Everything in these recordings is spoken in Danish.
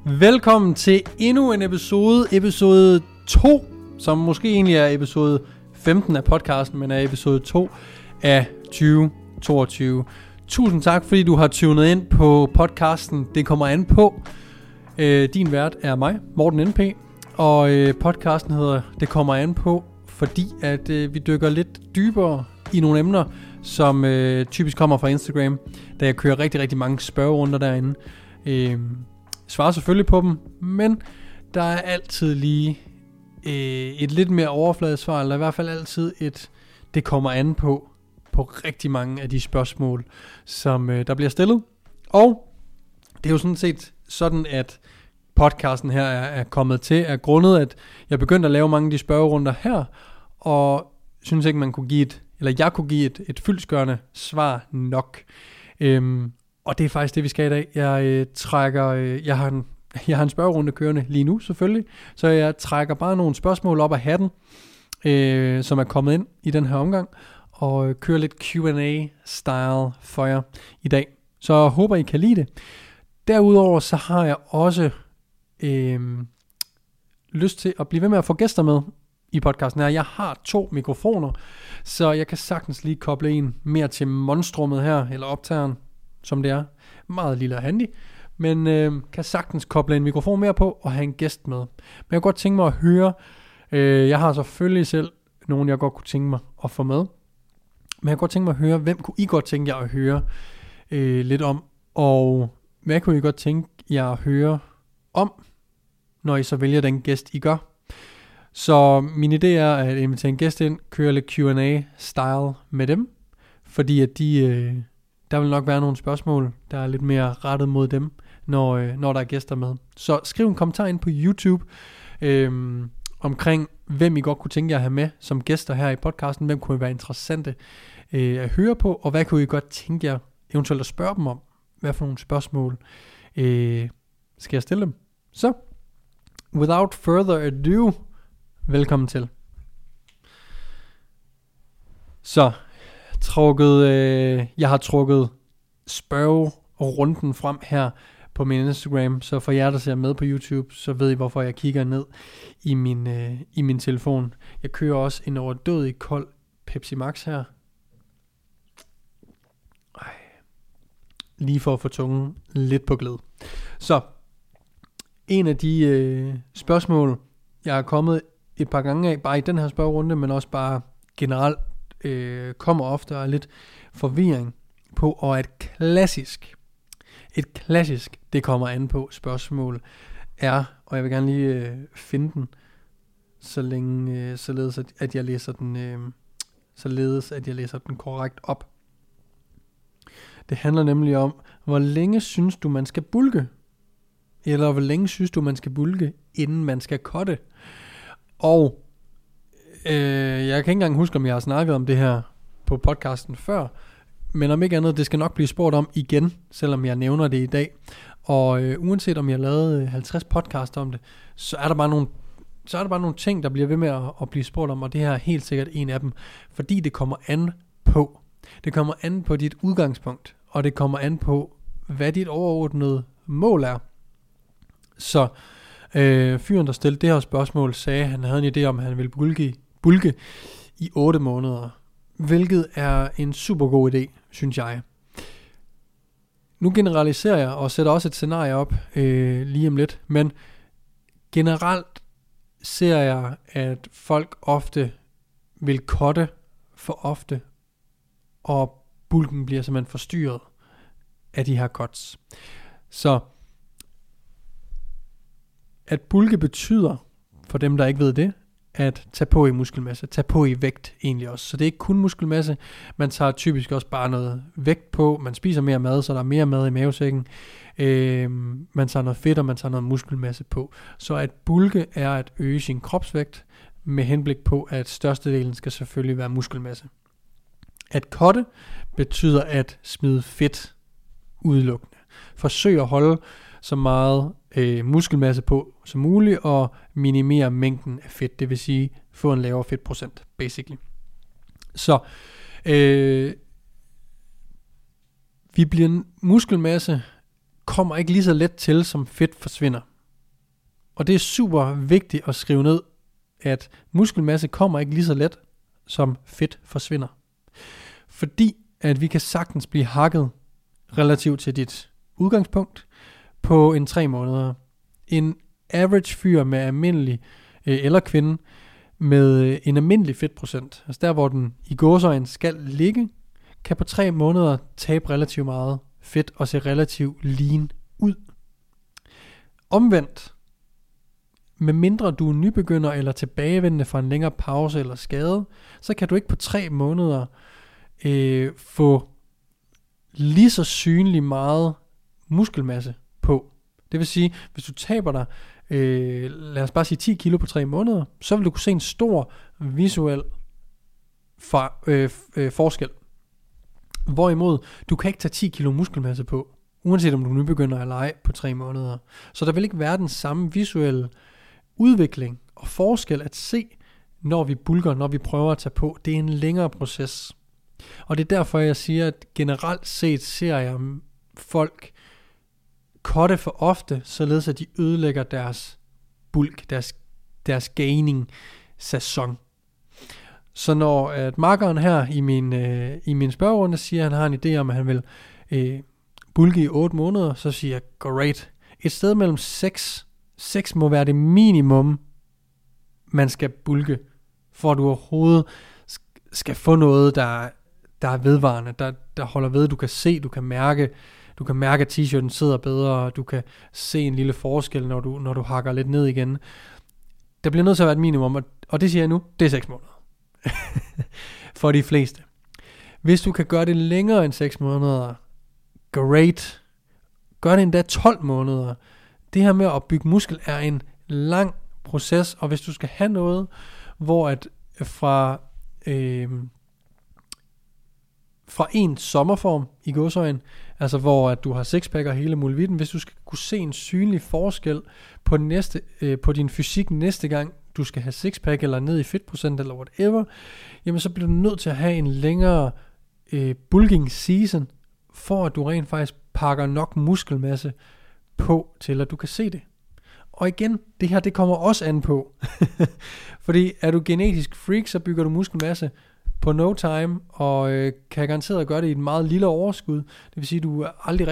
Velkommen til endnu en episode 2, som måske egentlig er episode 15 af podcasten, men er episode 2 af 2022. Tusind tak, fordi du har tunet ind på podcasten. Det kommer an på. Din vært er mig, Morten NP, og podcasten hedder Det kommer an på, fordi at vi dykker lidt dybere i nogle emner, som typisk kommer fra Instagram, da jeg kører rigtig, rigtig mange spørgerunder derinde. Svarer selvfølgelig på dem, men der er altid lige et lidt mere overfladisk svar, eller i hvert fald altid det kommer an på rigtig mange af de spørgsmål, som der bliver stillet. Og det er jo sådan set sådan, at podcasten her er kommet til, er grundet, at jeg begyndte at lave mange af de spørgerunder her, og synes ikke, jeg kunne give et fyldestgørende svar nok. Og det er faktisk det, vi skal i dag. Jeg har en spørgerunde kørende lige nu, selvfølgelig. Så jeg trækker bare nogle spørgsmål op af hatten, som er kommet ind i den her omgang, og kører lidt Q&A-style for jer i dag. Så jeg håber, I kan lide det. Derudover så har jeg også lyst til at blive ved med at få gæster med i podcasten her. Jeg har 2 mikrofoner, så jeg kan sagtens lige koble en mere til monstrummet her, eller optageren, som det er. Meget lille og handy, men kan sagtens koble en mikrofon mere på og have en gæst med. Men jeg kunne godt tænke mig at høre, jeg har selvfølgelig selv nogen, jeg godt kunne tænke mig at få med, men jeg kunne godt tænke mig at høre, hvem kunne I godt tænke jer at høre lidt om, og hvad kunne I godt tænke jer at høre om, når I så vælger den gæst, I gør. Så min idé er at invitere en gæst ind, køre lidt Q&A-style med dem, fordi at der vil nok være nogle spørgsmål, der er lidt mere rettet mod dem, når der er gæster med. Så skriv en kommentar ind på YouTube omkring, hvem I godt kunne tænke jer at have med som gæster her i podcasten. Hvem kunne være interessante at høre på, og hvad kunne I godt tænke jer eventuelt at spørge dem om? Hvad for nogle spørgsmål skal jeg stille dem? Så, without further ado, velkommen til. Så, jeg har trukket spørgerunden frem her på min Instagram, så for jer, der ser med på YouTube, så ved I, hvorfor jeg kigger ned i min telefon. Jeg kører også en overdådig kold Pepsi Max her. Lige for at få tungen lidt på glid. Så, en af de spørgsmål, jeg har kommet et par gange af, bare i den her spørgerunde, men også bare generelt, kommer ofte og lidt forvirring på, og et klassisk, det kommer an på spørgsmål er, og jeg vil gerne lige finde den, således at jeg læser den korrekt op. Det handler nemlig om, hvor længe synes du man skal bulke, eller hvor længe synes du man skal bulke, inden man skal cutte. Og jeg kan ikke engang huske, om jeg har snakket om det her på podcasten før, men om ikke andet, det skal nok blive spurgt om igen, selvom jeg nævner det i dag. Og uanset om jeg lavede 50 podcasts om det, så er der bare nogle ting, der bliver ved med at blive spurgt om, og det her er helt sikkert en af dem, fordi det kommer an på. Det kommer an på dit udgangspunkt, og det kommer an på, hvad dit overordnede mål er. Så fyren, der stillede det her spørgsmål, sagde, at han havde en idé om, at han ville bulke i 8 måneder. Hvilket er en super god idé, synes jeg. Nu generaliserer jeg og sætter også et scenarie op lige om lidt. Men generelt ser jeg, at folk ofte vil cutte for ofte, og bulken bliver simpelthen forstyrret af de her cuts. Så at bulke betyder, for dem der ikke ved det, at tage på i muskelmasse, tage på i vægt egentlig også. Så det er ikke kun muskelmasse, man tager typisk også bare noget vægt på, man spiser mere mad, så der er mere mad i mavesækken, man tager noget fedt, og man tager noget muskelmasse på. Så at bulke er at øge sin kropsvægt, med henblik på, at størstedelen skal selvfølgelig være muskelmasse. At cutte betyder at smide fedt udelukkende. Forsøg at holde så meget muskelmasse på som muligt, og minimere mængden af fedt, det vil sige få en lavere fedtprocent, basically. Så muskelmasse kommer ikke lige så let til, som fedt forsvinder. Og det er super vigtigt at skrive ned, at muskelmasse kommer ikke lige så let, som fedt forsvinder. Fordi at vi kan sagtens blive hakket relativt til dit udgangspunkt på en 3 måneder. En average fyr med almindelig, eller kvinde, med en almindelig fedtprocent, altså der hvor den i gåseøjne skal ligge, kan på 3 måneder tabe relativt meget fedt og se relativt lean ud. Omvendt, med mindre du er nybegynder eller tilbagevendende fra en længere pause eller skade, så kan du ikke på 3 måneder få lige så synlig meget muskelmasse på. Det vil sige, hvis du taber dig, lad os bare sige 10 kilo på 3 måneder, så vil du kunne se en stor visuel forskel. Hvorimod, du kan ikke tage 10 kilo muskelmasse på, uanset om du nu begynder at lege på 3 måneder. Så der vil ikke være den samme visuelle udvikling og forskel at se, når vi bulker, når vi prøver at tage på. Det er en længere proces. Og det er derfor, jeg siger, at generelt set ser jeg folk cutte for ofte, således at de ødelægger deres bulk, deres gaining sæson. Så når at makkeren her i min spørgerunde siger, at han har en idé om, at han vil bulke i 8 måneder, så siger jeg, great. Et sted mellem 6 må være det minimum, man skal bulke, for at du overhovedet skal få noget, der er vedvarende, der holder ved. Du kan se, du kan mærke, at t-shirten sidder bedre, du kan se en lille forskel, når du hakker lidt ned igen. Der bliver nødt til at være et minimum, og det siger jeg nu, det er 6 måneder. For de fleste. Hvis du kan gøre det længere end 6 måneder, great. Gør det endda 12 måneder. Det her med at bygge muskel er en lang proces, og hvis du skal have noget, hvor at fra en sommerform i gåseøjne, altså hvor at du har sixpack og hele muligheden, hvis du skal kunne se en synlig forskel på på din fysik næste gang du skal have sixpack eller ned i fedtprocent eller whatever, jamen så bliver du nødt til at have en længere bulking season, for at du rent faktisk pakker nok muskelmasse på til at du kan se det. Og igen, det her det kommer også an på. Fordi er du genetisk freak, så bygger du muskelmasse på no time, og kan garanteret gøre det i et meget lille overskud. Det vil sige, du har aldrig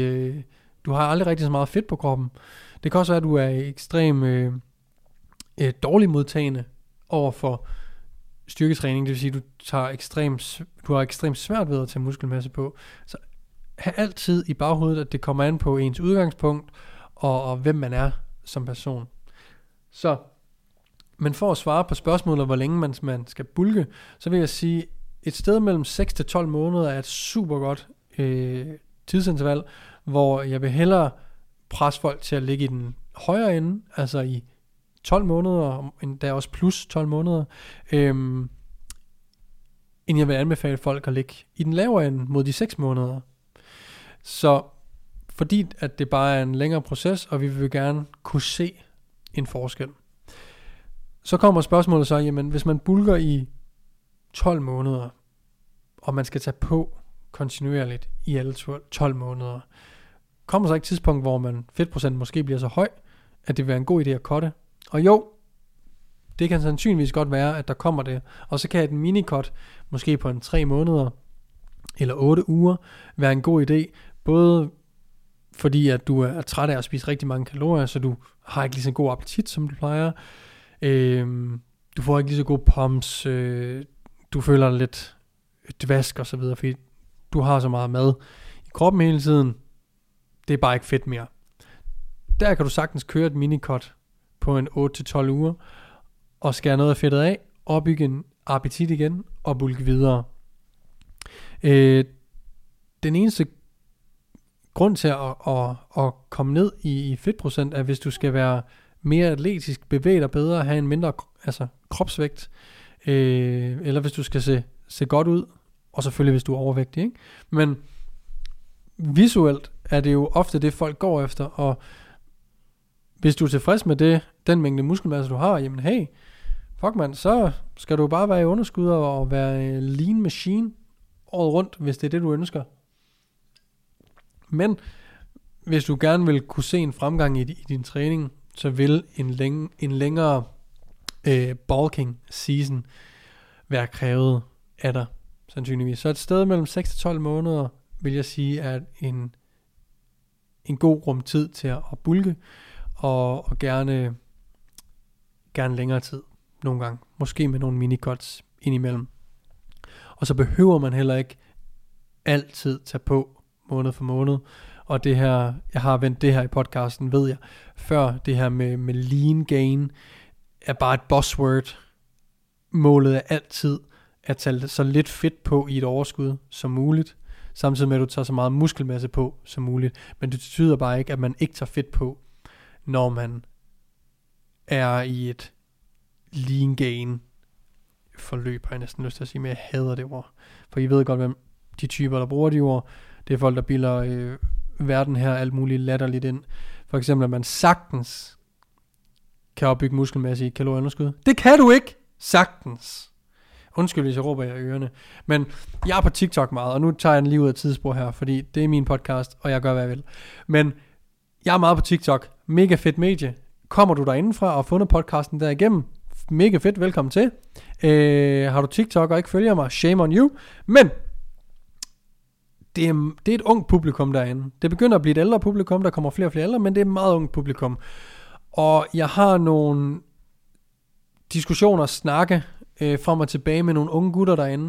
rigtig så meget fedt på kroppen. Det kan også være, at du er ekstremt dårlig modtagende over for styrketræning. Det vil sige, du har ekstremt svært ved at tage muskelmasse på. Så have altid i baghovedet, at det kommer an på ens udgangspunkt, og hvem man er som person. Så, men for at svare på spørgsmålet, hvor længe man skal bulke, så vil jeg sige, et sted mellem 6 til 12 måneder er et super godt tidsinterval, hvor jeg vil hellere presse folk til at ligge i den højere ende, altså i 12 måneder, endda også plus 12 måneder, end jeg vil anbefale folk at ligge i den lavere ende mod de 6 måneder. Så fordi at det bare er en længere proces, og vi vil gerne kunne se en forskel. Så kommer spørgsmålet så, jamen hvis man bulker i 12 måneder, og man skal tage på kontinuerligt i alle 12 måneder, kommer så ikke et tidspunkt, hvor fedtprocent måske bliver så høj, at det vil være en god idé at cutte. Og jo, det kan sandsynligvis godt være, at der kommer det. Og så kan et minicut, måske på en 3 måneder, eller 8 uger, være en god idé. Både fordi, at du er træt af at spise rigtig mange kalorier, så du har ikke lige så god appetit, som du plejer. Du får ikke lige så gode pumps. Du føler dig lidt dvask og så videre, fordi du har så meget mad i kroppen hele tiden. Det er bare ikke fedt mere. Der kan du sagtens køre et minicut på en 8-12 uger, og skære noget af fedtet af, opbygge en appetit igen, og bulke videre. Den eneste grund til at komme ned i fedtprocent, er hvis du skal være mere atletisk, bevæge dig bedre, have en mindre kropsvægt, eller hvis du skal se godt ud, og selvfølgelig hvis du er overvægtig, ikke? Men visuelt er det jo ofte det, folk går efter, og hvis du er tilfreds med den mængde muskelmasse, du har, jamen hey, fuck man, så skal du bare være i underskud og være lean machine året rundt, hvis det er det, du ønsker. Men hvis du gerne vil kunne se en fremgang i din træning, så vil en længere bulking season være krævet af dig, sandsynligvis. Så et sted mellem 6 til 12 måneder, vil jeg sige, er en god rumtid til at bulke, og gerne længere tid, nogle gange. Måske med nogle mini-cuts indimellem. Og så behøver man heller ikke altid tage på måned for måned. Og det her, jeg har vendt det her i podcasten, ved jeg, før det her med lean gain, er bare et buzzword. Målet er altid at tage så lidt fedt på i et overskud som muligt, samtidig med at du tager så meget muskelmasse på som muligt. Men det betyder bare ikke, at man ikke tager fedt på, når man er i et lean gain forløb, har jeg næsten lyst til at sige, men jeg hader det ord. For I ved godt, hvem de typer, der bruger de ord. Det er folk, der bilder verden her alt muligt latterligt ind. For eksempel, at man sagtens kan opbygge muskelmasse i kalorieunderskud. Det kan du ikke! Sagtens. Undskyld, hvis jeg råber jer i ørerne. Men jeg er på TikTok meget, og nu tager jeg den lige ud af tidsspor her, fordi det er min podcast, og jeg gør, hvad jeg vil. Men jeg er meget på TikTok. Mega fedt medie. Kommer du derindefra og har fundet podcasten derigennem? Mega fedt, velkommen til. Har du TikTok og ikke følger mig? Shame on you. Men det er et ungt publikum derinde. Det begynder at blive et ældre publikum, der kommer flere og flere ældre, men det er et meget ungt publikum. Og jeg har nogle diskussioner, snakke frem og tilbage med nogle unge gutter derinde,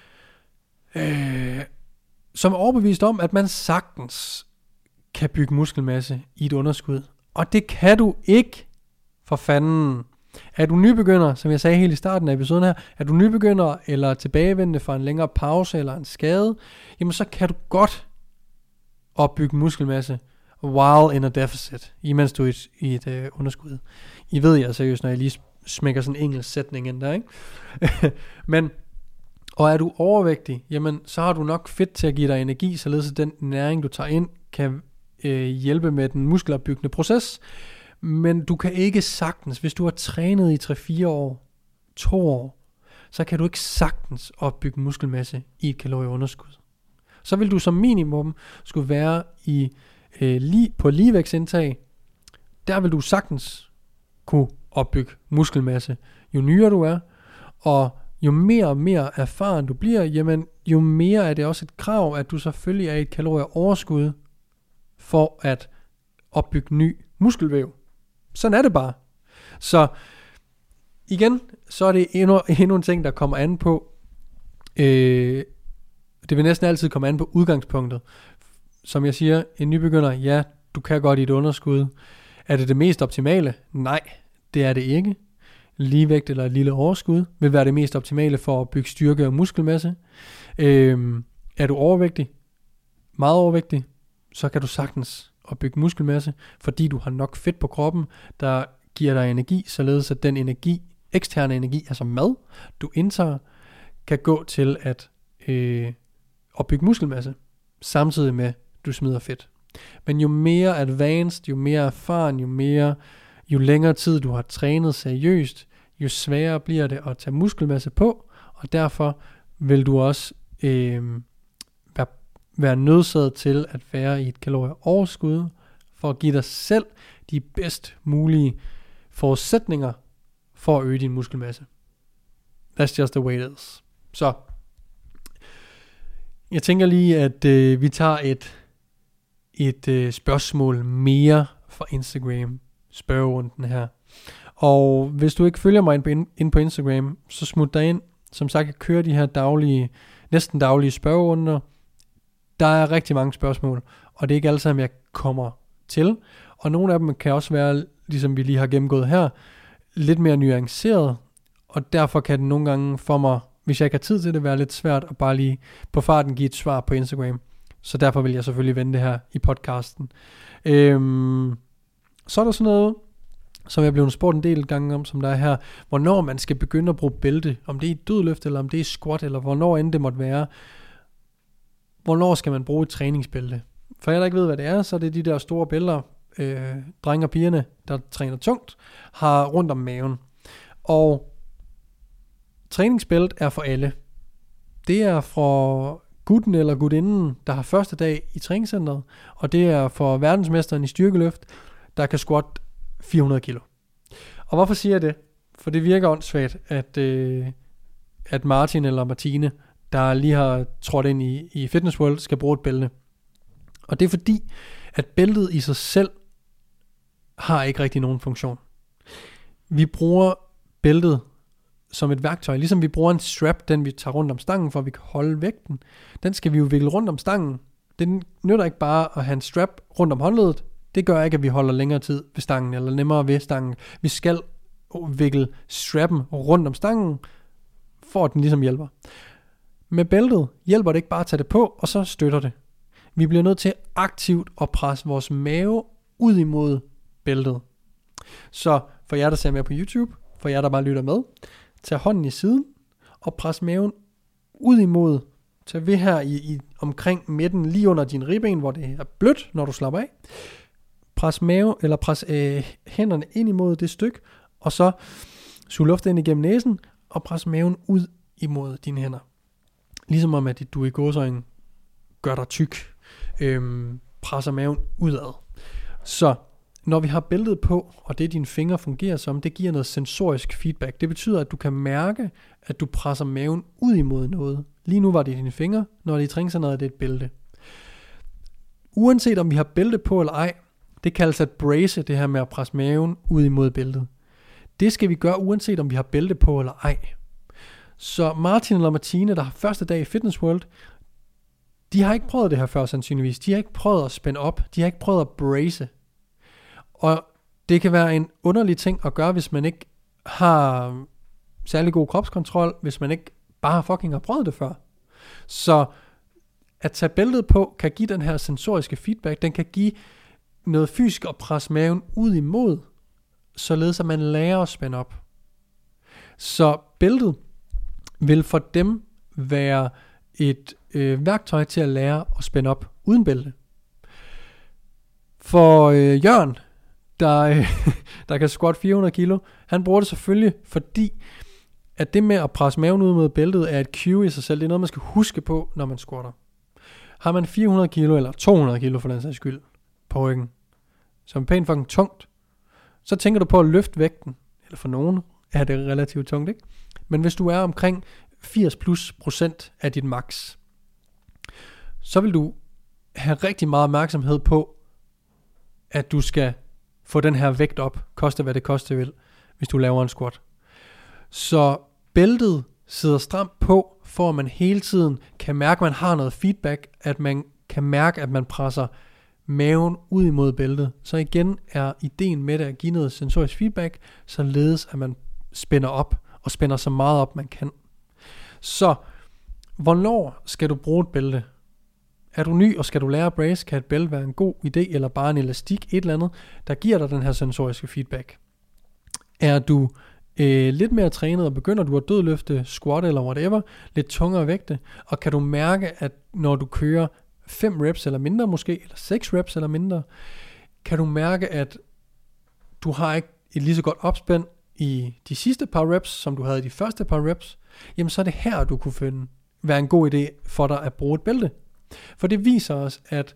som er overbevist om, at man sagtens kan bygge muskelmasse i et underskud. Og det kan du ikke, for fanden. Er du nybegynder, som jeg sagde helt i starten af episoden her, er du nybegynder eller tilbagevendende fra en længere pause eller en skade, jamen så kan du godt opbygge muskelmasse while in a deficit, imens du er i et underskud. I ved jeg seriøst, når jeg lige smækker sådan en engelsk sætning ind der, ikke? Men, og er du overvægtig, jamen så har du nok fedt til at give dig energi, således at den næring, du tager ind, kan hjælpe med den muskelopbyggende proces. Men du kan ikke sagtens, hvis du har trænet i 3-4 år, 2 år, så kan du ikke sagtens opbygge muskelmasse i et kalorieunderskud. Så vil du som minimum skulle være på ligevægtsindtag. Der vil du sagtens kunne opbygge muskelmasse. Jo nyere du er, og jo mere og mere erfaren du bliver, jamen jo mere er det også et krav, at du selvfølgelig er i et kalorieoverskud for at opbygge ny muskelvæv. Sådan er det bare. Så igen, så er det endnu en ting, der kommer an på. Det vil næsten altid komme an på udgangspunktet. Som jeg siger, en nybegynder, ja, du kan godt i et underskud. Er det mest optimale? Nej, det er det ikke. Ligevægt eller et lille overskud vil være det mest optimale for at bygge styrke og muskelmasse. Er du overvægtig, meget overvægtig, så kan du sagtens opbygge muskelmasse, fordi du har nok fedt på kroppen, der giver dig energi, således at den energi, eksterne energi, altså mad, du indtager, kan gå til at opbygge muskelmasse, samtidig med, at du smider fedt. Men jo mere advanced, jo mere erfaren, jo længere tid du har trænet seriøst, jo sværere bliver det at tage muskelmasse på, og derfor vil du også være nødsaget til at være i et kalorieoverskud, for at give dig selv de bedst mulige forudsætninger for at øge din muskelmasse. That's just the way it is. Så jeg tænker lige, at vi tager et spørgsmål mere fra Instagram spørgerunden her. Og hvis du ikke følger mig ind på Instagram, så smut dig ind. Som sagt, jeg kører de her næsten daglige spørgerunder. Der er rigtig mange spørgsmål, og det er ikke alle sammen, jeg kommer til. Og nogle af dem kan også være, ligesom vi lige har gennemgået her, lidt mere nuanceret. Og derfor kan det nogle gange for mig, hvis jeg ikke har tid til det, være lidt svært at bare lige på farten give et svar på Instagram. Så derfor vil jeg selvfølgelig vende det her i podcasten. Så er der sådan noget, som jeg blev spurgt en del gange om, som der er her, hvornår man skal begynde at bruge bælte, om det er i dødløft, eller om det er i squat, eller hvornår end det måtte være. Hvornår skal man bruge et træningsbælte? For jeg der ikke ved, hvad det er, så er det de der store bælter, drenge og pigerne, der træner tungt, har rundt om maven. Og træningsbælte er for alle. Det er for gutten eller gutinden, der har første dag i træningscenteret, og det er for verdensmesteren i styrkeløft, der kan squat 400 kilo. Og hvorfor siger jeg det? For det virker åndssvagt, at Martin eller Martine, der lige har trådt ind i Fitness World, skal bruge et bælte. Og det er fordi, at bæltet i sig selv har ikke rigtig nogen funktion. Vi bruger bæltet som et værktøj, ligesom vi bruger en strap, den vi tager rundt om stangen, for at vi kan holde vægten. Den skal vi jo vikle rundt om stangen. Det nytter ikke bare at have en strap rundt om håndledet. Det gør ikke, at vi holder længere tid ved stangen, eller nemmere ved stangen. Vi skal vikle strappen rundt om stangen, for at den ligesom hjælper. Med bæltet hjælper det ikke bare at tage det på, og så støtter det. Vi bliver nødt til aktivt at presse vores mave ud imod bæltet. Så for jer, der ser med på YouTube, for jer, der bare lytter med, tag hånden i siden, og pres maven ud imod. Tag ved her i omkring midten, lige under din ribben, hvor det er blødt, når du slapper af. Pres hænderne ind imod det stykke, og så sug luft ind igennem næsen, og pres maven ud imod dine hænder. Ligesom om, at du i gåseøjne gør dig tyk, presser maven udad. Så når vi har bæltet på, og det dine fingre fungerer som, det giver noget sensorisk feedback. Det betyder, at du kan mærke, at du presser maven ud imod noget. Lige nu var det dine fingre, når det er i træningscenteret, er det et bælte. Uanset om vi har bælte på eller ej, det kaldes at brace, det her med at presse maven ud imod bæltet. Det skal vi gøre, uanset om vi har bælte på eller ej. Så Martin eller Martine, der har første dag i Fitness World, de har ikke prøvet det her før sandsynligvis. De har ikke prøvet at spænde op. De har ikke prøvet at brace. Og det kan være en underlig ting at gøre, hvis man ikke har særlig god kropskontrol, hvis man ikke bare fucking har prøvet det før. Så at tage bæltet på, kan give den her sensoriske feedback. Den kan give noget fysisk at presse maven ud imod, således at man lærer at spænde op. Så bæltet vil for dem være et værktøj til at lære at spænde op uden bælte. For Jørgen, der kan squat 400 kilo, han bruger det selvfølgelig, fordi at det med at presse maven ud mod bæltet er et cue i sig selv. Det er noget, man skal huske på, når man squatter. Har man 400 kilo eller 200 kilo for den sags skyld på ryggen, som er pænt fucking tungt, så tænker du på at løfte vægten. Eller for nogen er det relativt tungt, ikke? Men hvis du er omkring 80% af dit max, så vil du have rigtig meget opmærksomhed på, at du skal få den her vægt op, koste hvad det koste vil, hvis du laver en squat. Så bæltet sidder stramt på, for at man hele tiden kan mærke, at man har noget feedback, at man kan mærke, at man presser maven ud imod bæltet. Så igen er ideen med det at give noget sensorisk feedback, således at man spænder op, og spænder så meget op, man kan. Så, hvornår skal du bruge et bælte? Er du ny, og skal du lære at brace, kan et bælte være en god idé, eller bare en elastik, et eller andet, der giver dig den her sensoriske feedback. Er du lidt mere trænet, og begynder du at dødløfte, squat eller whatever, lidt tungere vægte, og kan du mærke, at når du kører 5 reps eller mindre måske, eller 6 reps eller mindre, kan du mærke, at du har ikke et lige så godt opspænd i de sidste par reps, som du havde i de første par reps, jamen så er det her, du kunne være en god idé for dig at bruge et bælte. For det viser os, at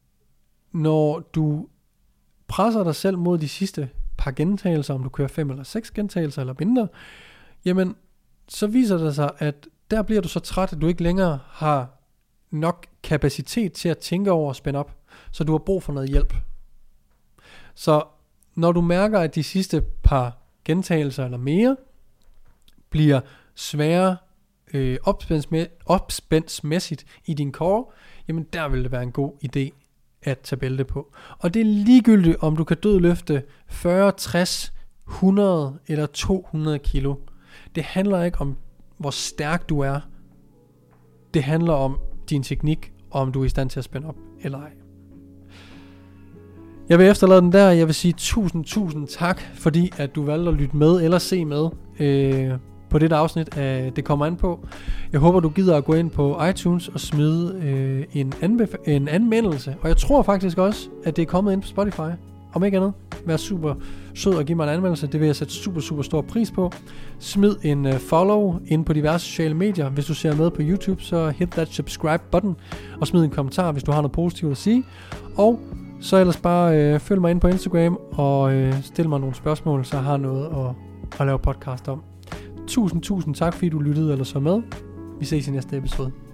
når du presser dig selv mod de sidste par gentagelser, om du kører 5 eller 6 gentagelser eller mindre, jamen så viser det sig, at der bliver du så træt, at du ikke længere har nok kapacitet til at tænke over at spænde op, så du har brug for noget hjælp. Så når du mærker, at de sidste par gentagelser eller mere bliver svære opspændsmæssigt i din core, jamen der vil det være en god idé at tage bælte på. Og det er ligegyldigt, om du kan dødløfte 40, 60, 100 eller 200 kilo. Det handler ikke om, hvor stærk du er. Det handler om din teknik, og om du er i stand til at spænde op eller ej. Jeg vil efterlade den der. Jeg vil sige tusind tak, fordi at du valgte at lytte med eller se med på dette afsnit af Det Kommer An På. Jeg håber, du gider at gå ind på iTunes og smide en anmeldelse. Og jeg tror faktisk også, at det er kommet ind på Spotify. Om ikke andet. vær super sød og give mig en anmeldelse. Det vil jeg sætte super, super stor pris på. Smid en follow ind på diverse sociale medier. Hvis du ser med på YouTube, så hit that subscribe button. Og smid en kommentar, hvis du har noget positivt at sige. Og så ellers bare følg mig ind på Instagram og stil mig nogle spørgsmål, så jeg har noget at lave podcast om. Tusind tak, fordi du lyttede eller så med. Vi ses i næste episode.